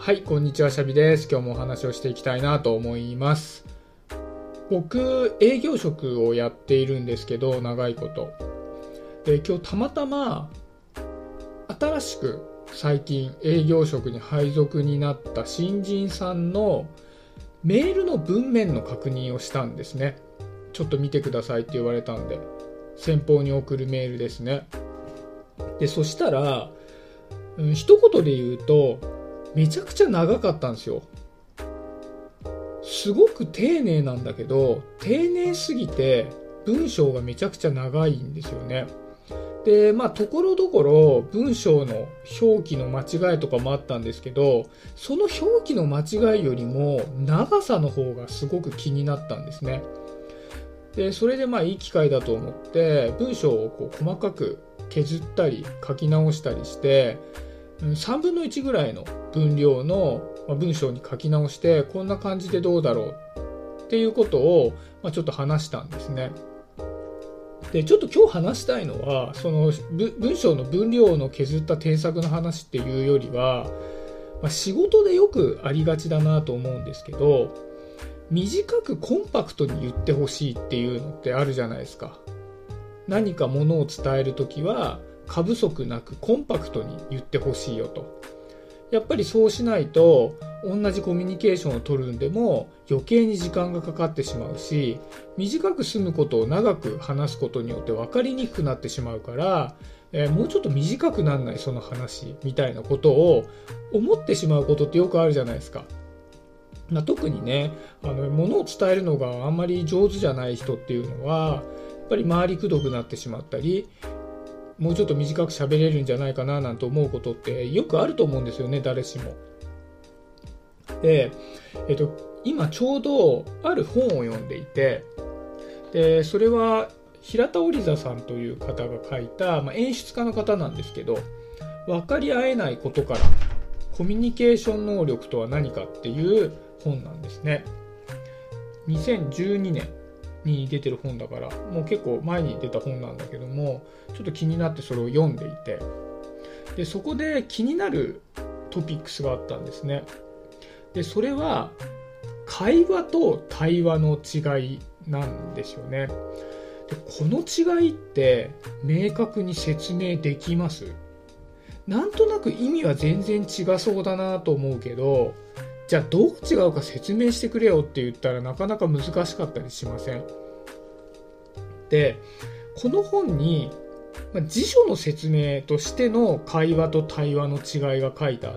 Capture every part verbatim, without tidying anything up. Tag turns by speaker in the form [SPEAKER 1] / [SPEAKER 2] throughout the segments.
[SPEAKER 1] はい、こんにちは、シャビです。今日もお話をしていきたいなと思います。僕、営業職をやっているんですけど、長いこと。で、今日たまたま、新しく最近営業職に配属になった新人さんのメールの文面の確認をしたんですね。ちょっと見てくださいって言われたんで、先方に送るメールですね。で、そしたら、うん、一言で言うと、めちゃくちゃ長かったんですよ。すごく丁寧なんだけど、丁寧すぎて文章がめちゃくちゃ長いんですよね。で、まあところどころ文章の表記の間違いとかもあったんですけど、その表記の間違いよりも長さの方がすごく気になったんですね。で、それでまあいい機会だと思って文章をこう細かく削ったり書き直したりして、さんぶんのいちぐらいの分量の文章に書き直して、こんな感じでどうだろうっていうことをちょっと話したんですね。で、ちょっと今日話したいのは、その文章の分量の削った添削の話っていうよりは、まあ、仕事でよくありがちだなと思うんですけど、短くコンパクトに言ってほしいっていうのってあるじゃないですか。何かものを伝えるときは過不足なくコンパクトに言ってほしいよと。やっぱりそうしないと同じコミュニケーションを取るんでも余計に時間がかかってしまうし、短く済むことを長く話すことによって分かりにくくなってしまうから、えー、もうちょっと短くならないその話みたいなことを思ってしまうことってよくあるじゃないですか。まあ、特にね、あの物を伝えるのがあんまり上手じゃない人っていうのはやっぱり回りくどくなってしまったり、もうちょっと短く喋れるんじゃないかななんて思うことってよくあると思うんですよね、誰しも。で、えっと、今ちょうどある本を読んでいて、でそれは平田織座さんという方が書いた、まあ、演出家の方なんですけど、分かり合えないことからコミュニケーション能力とは何かっていう本なんですね。にせんじゅうにねんに出てる本だから、もう結構前に出た本なんだけども、ちょっと気になってそれを読んでいて、でそこで気になるトピックスがあったんですね。でそれは会話と対話の違いなんですよね。でこの違いって明確に説明できます？なんとなく意味は全然違そうだなと思うけど、じゃあどう違うか説明してくれよって言ったらなかなか難しかったりしません？で、この本に辞書の説明としての会話と対話の違いが書いてあって、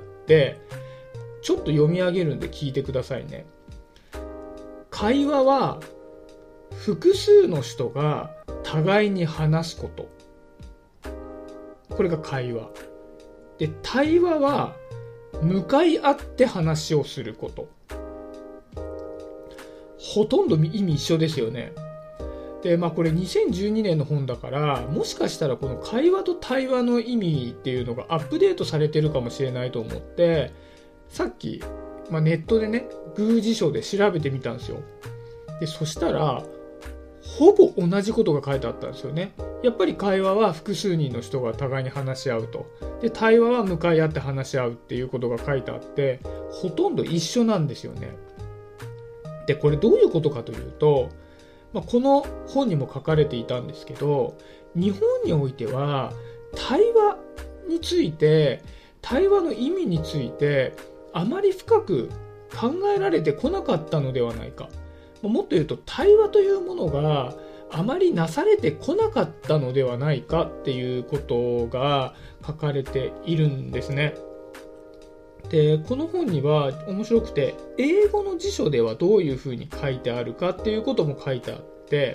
[SPEAKER 1] ちょっと読み上げるんで聞いてくださいね。会話は複数の人が互いに話すこと。これが会話。で、対話は向かい合って話をすること。ほとんど意味一緒ですよね。で、まあこれにせんじゅうにねんの本だから、もしかしたらこの会話と対話の意味っていうのがアップデートされてるかもしれないと思って、さっき、まあ、ネットでね、Google辞書で調べてみたんですよ。で、そしたら、ほぼ同じことが書いてあったんですよね。やっぱり会話は複数人の人が互いに話し合うと。で、対話は向かい合って話し合うっていうことが書いてあって、ほとんど一緒なんですよね。で、これどういうことかというと、まあ、この本にも書かれていたんですけど、日本においては対話について、対話の意味についてあまり深く考えられてこなかったのではないか。もっと言うと対話というものがあまりなされてこなかったのではないかっていうことが書かれているんですね。で、この本には面白くて、英語の辞書ではどういうふうに書いてあるかっていうことも書いてあって、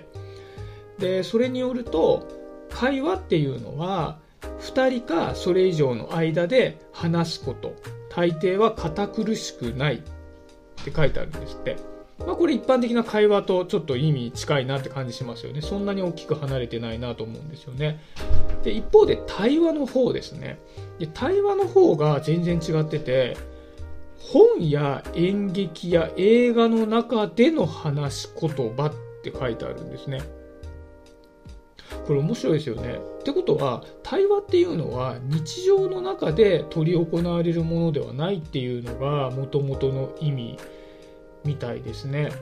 [SPEAKER 1] でそれによると、会話っていうのはふたりかそれ以上の間で話すこと、大抵は堅苦しくないって書いてあるんですって。まあ、これ一般的な会話とちょっと意味近いなって感じしますよね。そんなに大きく離れてないなと思うんですよね。で、一方で対話の方ですね。で、対話の方が全然違ってて、本や演劇や映画の中での話し言葉って書いてあるんですね。 これ面白いですよね。ってことは対話っていうのは日常の中で執り行われるものではないっていうのが元々の意味みたいですね。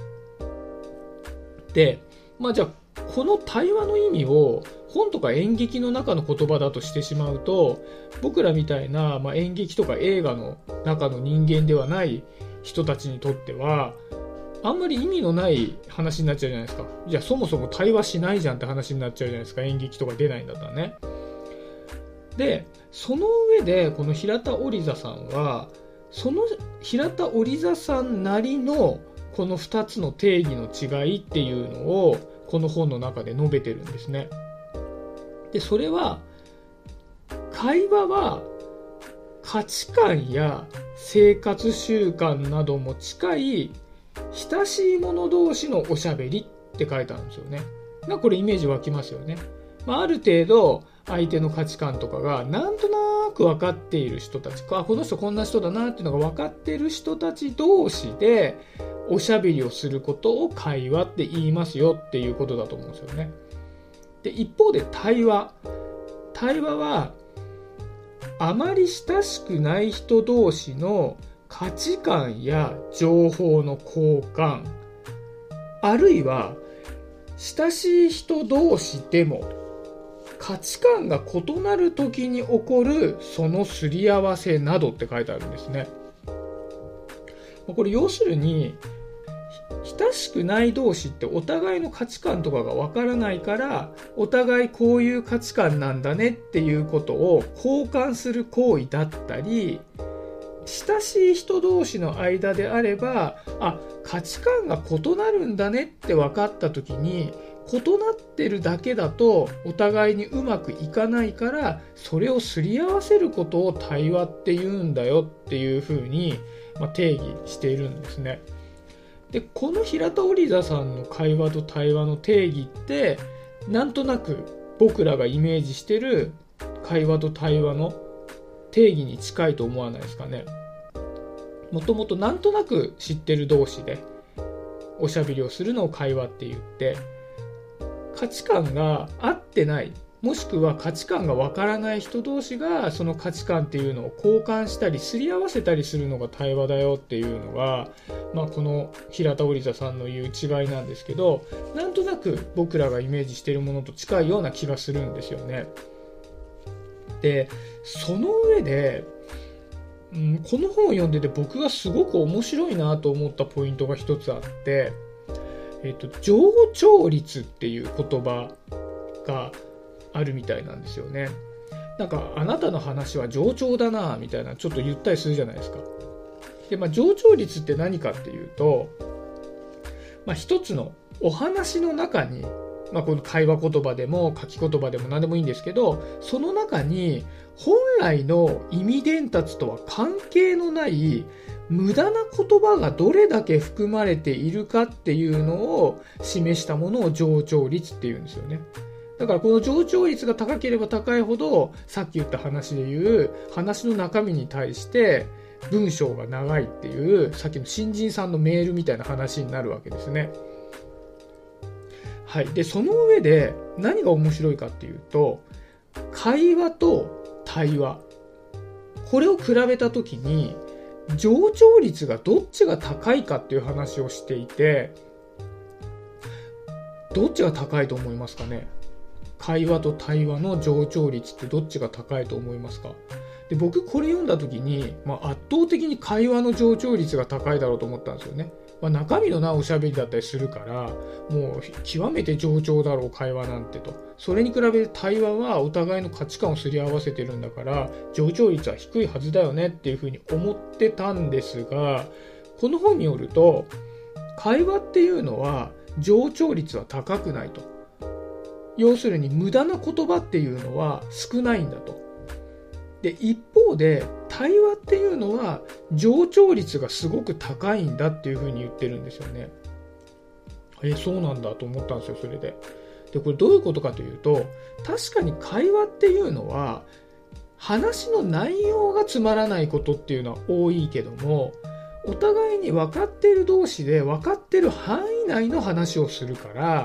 [SPEAKER 1] で、まあじゃあこの対話の意味を本とか演劇の中の言葉だとしてしまうと、僕らみたいな、まあ、演劇とか映画の中の人間ではない人たちにとってはあんまり意味のない話になっちゃうじゃないですか。じゃあそもそも対話しないじゃんって話になっちゃうじゃないですか。演劇とか出ないんだったらね。で、その上でこの平田織座さんはその平田織座さんなりのこのふたつの定義の違いっていうのをこの本の中で述べてるんですね。で、それは会話は価値観や生活習慣なども近い親しい者同士のおしゃべりって書いてあるんですよね。まあこれイメージ湧きますよね。まあ、ある程度相手の価値観とかがなんとなく分かっている人たち、あ、この人こんな人だなっていうのが分かっている人たち同士でおしゃべりをすることを会話って言いますよっていうことだと思うんですよね。で、一方で対話対話はあまり親しくない人同士の価値観や情報の交換、あるいは親しい人同士でも価値観が異なる時に起こるそのすり合わせなどって書いてあるんですね。これ要するに親しくない同士ってお互いの価値観とかがわからないからお互いこういう価値観なんだねっていうことを交換する行為だったり、親しい人同士の間であれば、あ、価値観が異なるんだねって分かった時に異なってるだけだとお互いにうまくいかないからそれをすり合わせることを対話って言うんだよっていうふうに、まあ、定義しているんですね。で、この平田織座さんの会話と対話の定義ってなんとなく僕らがイメージしてる会話と対話の定義に近いと思わないですかね。もともとなんとなく知ってる同士でおしゃべりをするのを会話って言って、価値観が合ってない、もしくは価値観がわからない人同士がその価値観っていうのを交換したりすり合わせたりするのが対話だよっていうのが、まあ、この平田織座さんの言う違いなんですけど、なんとなく僕らがイメージしているものと近いような気がするんですよね。で、その上で、うん、この本を読んでて僕がすごく面白いなと思ったポイントが一つあって、えっと、冗長率っていう言葉があるみたいなんですよね。なんかあなたの話は冗長だなみたいなちょっと言ったりするじゃないですか。で、まあ、冗長率って何かっていうと、まあ、一つのお話の中に、まあ、この会話言葉でも書き言葉でも何でもいいんですけど、その中に本来の意味伝達とは関係のない無駄な言葉がどれだけ含まれているかっていうのを示したものを冗長率っていうんですよね。だからこの冗長率が高ければ高いほど、さっき言った話でいう話の中身に対して文章が長いっていう、さっきの新人さんのメールみたいな話になるわけですね。はい。で、その上で何が面白いかっていうと、会話と対話、これを比べたときに冗長率がどっちが高いかっていう話をしていて、どっちが高いと思いますかね。会話と対話の冗長率ってどっちが高いと思いますか。で、僕これ読んだ時に、まあ、圧倒的に会話の冗長率が高いだろうと思ったんですよね。まあ、中身のないおしゃべりだったりするから、もう極めて冗長だろう会話なんてと。それに比べて対話はお互いの価値観をすり合わせてるんだから冗長率は低いはずだよねっていうふうに思ってたんですが、この本によると会話っていうのは冗長率は高くないと。要するに無駄な言葉っていうのは少ないんだと。で、一方で対話っていうのは冗長率がすごく高いんだっていうふうに言ってるんですよね。え、そうなんだと思ったんですよ、それで。で、これどういうことかというと、確かに会話っていうのは話の内容がつまらないことっていうのは多いけども、お互いに分かっている同士で分かっている範囲内の話をするから、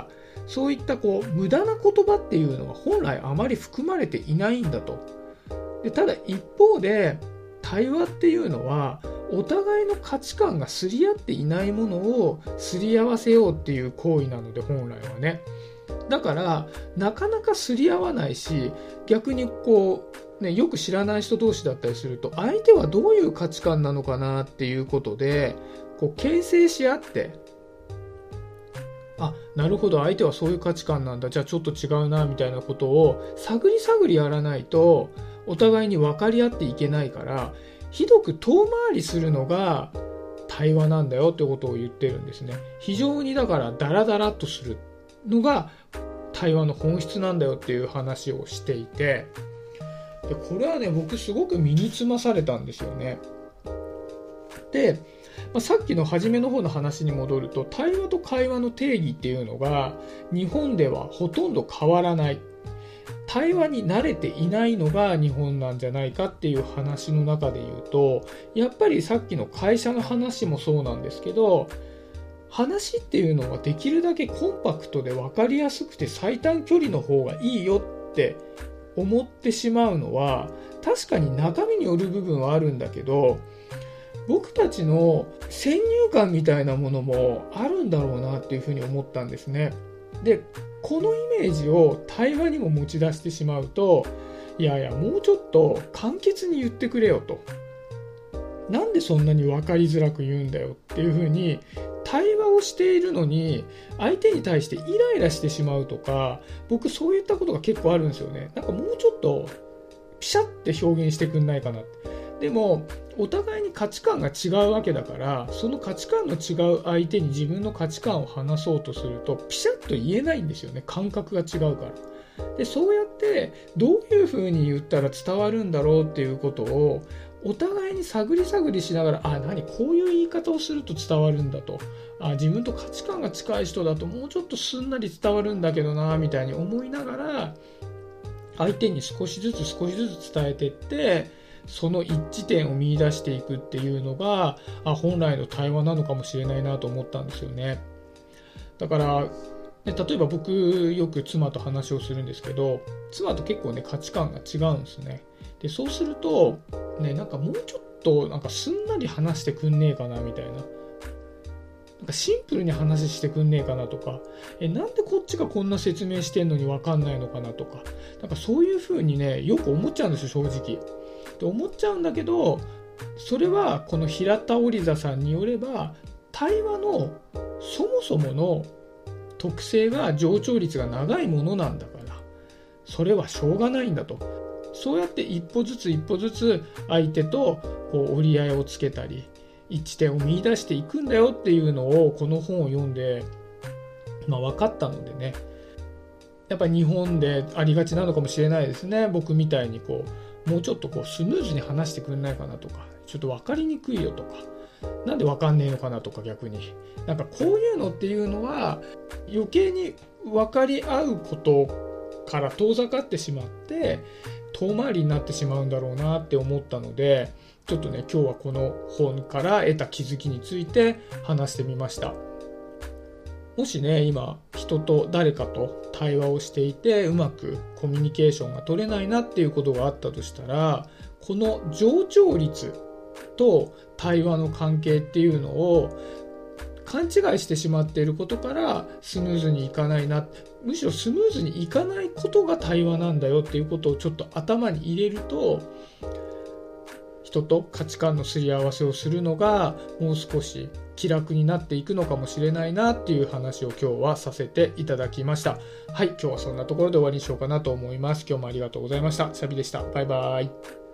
[SPEAKER 1] そういったこう無駄な言葉っていうのは本来あまり含まれていないんだと。でただ一方で対話っていうのはお互いの価値観がすり合っていないものをすり合わせようっていう行為なので、本来はね。だからなかなかすり合わないし、逆にこう、ね、よく知らない人同士だったりすると、相手はどういう価値観なのかなっていうことでこう形成し合って、あ、なるほど、相手はそういう価値観なんだ、じゃあちょっと違うなみたいなことを探り探りやらないとお互いに分かり合っていけないから、ひどく遠回りするのが対話なんだよってことを言ってるんですね。非常にだからダラダラっとするのが対話の本質なんだよっていう話をしていて、でこれはね、僕すごく身につまされたんですよね。で、まあ、さっきの初めの方の話に戻ると、対話と会話の定義っていうのが日本ではほとんど変わらない、対話に慣れていないのが日本なんじゃないかっていう話の中で言うと、やっぱりさっきの会社の話もそうなんですけど、話っていうのはできるだけコンパクトで分かりやすくて最短距離の方がいいよって思ってしまうのは、確かに中身による部分はあるんだけど、僕たちの先入観みたいなものもあるんだろうなっていうふうに思ったんですね。でこのイメージを対話にも持ち出してしまうと、いやいやもうちょっと簡潔に言ってくれよと、なんでそんなに分かりづらく言うんだよっていうふうに、対話をしているのに相手に対してイライラしてしまうとか、僕そういったことが結構あるんですよね。なんかもうちょっとピシャって表現してくんないかなって。でもお互いに価値観が違うわけだから、その価値観の違う相手に自分の価値観を話そうとするとピシャッと言えないんですよね。感覚が違うから。でそうやってどういうふうに言ったら伝わるんだろうっていうことをお互いに探り探りしながら、あ、何こういう言い方をすると伝わるんだと、あ、自分と価値観が近い人だともうちょっとすんなり伝わるんだけどなみたいに思いながら、相手に少しずつ少しずつ伝えていって、その一致点を見出していくっていうのが、あ、本来の対話なのかもしれないなと思ったんですよね。だからね、例えば僕よく妻と話をするんですけど、妻と結構ね価値観が違うんですね。でそうするとね、なんかもうちょっとなんかすんなり話してくんねえかなみたいな、なんかシンプルに話してくんねえかなとか、えなんでこっちがこんな説明してんのに分かんないのかなとか、なんかそういう風にねよく思っちゃうんですよ、正直。で思っちゃうんだけど、それはこの平田織座さんによれば、対話のそもそもの特性が上長率が長いものなんだから、それはしょうがないんだと。そうやって一歩ずつ一歩ずつ相手とこう折り合いをつけたり一致点を見出していくんだよっていうのをこの本を読んで、まあ、分かったのでね、やっぱり日本でありがちなのかもしれないですね。僕みたいにこうもうちょっとこうスムーズに話してくれないかなとか、ちょっと分かりにくいよとか、なんで分かんねえのかなとか、逆になんかこういうのっていうのは余計に分かり合うことから遠ざかってしまって遠回りになってしまうんだろうなって思ったので、ちょっとね今日はこの本から得た気づきについて話してみました。もしね今人と誰かと対話をしていてうまくコミュニケーションが取れないなっていうことがあったとしたら、この上長率と対話の関係っていうのを勘違いしてしまっていることからスムーズにいかないな、むしろスムーズにいかないことが対話なんだよっていうことをちょっと頭に入れると、人と価値観のすり合わせをするのがもう少し気楽になっていくのかもしれないなっていう話を今日はさせていただきました。はい、今日はそんなところで終わりにしようかなと思います。今日もありがとうございました。シャビでした。バイバイ。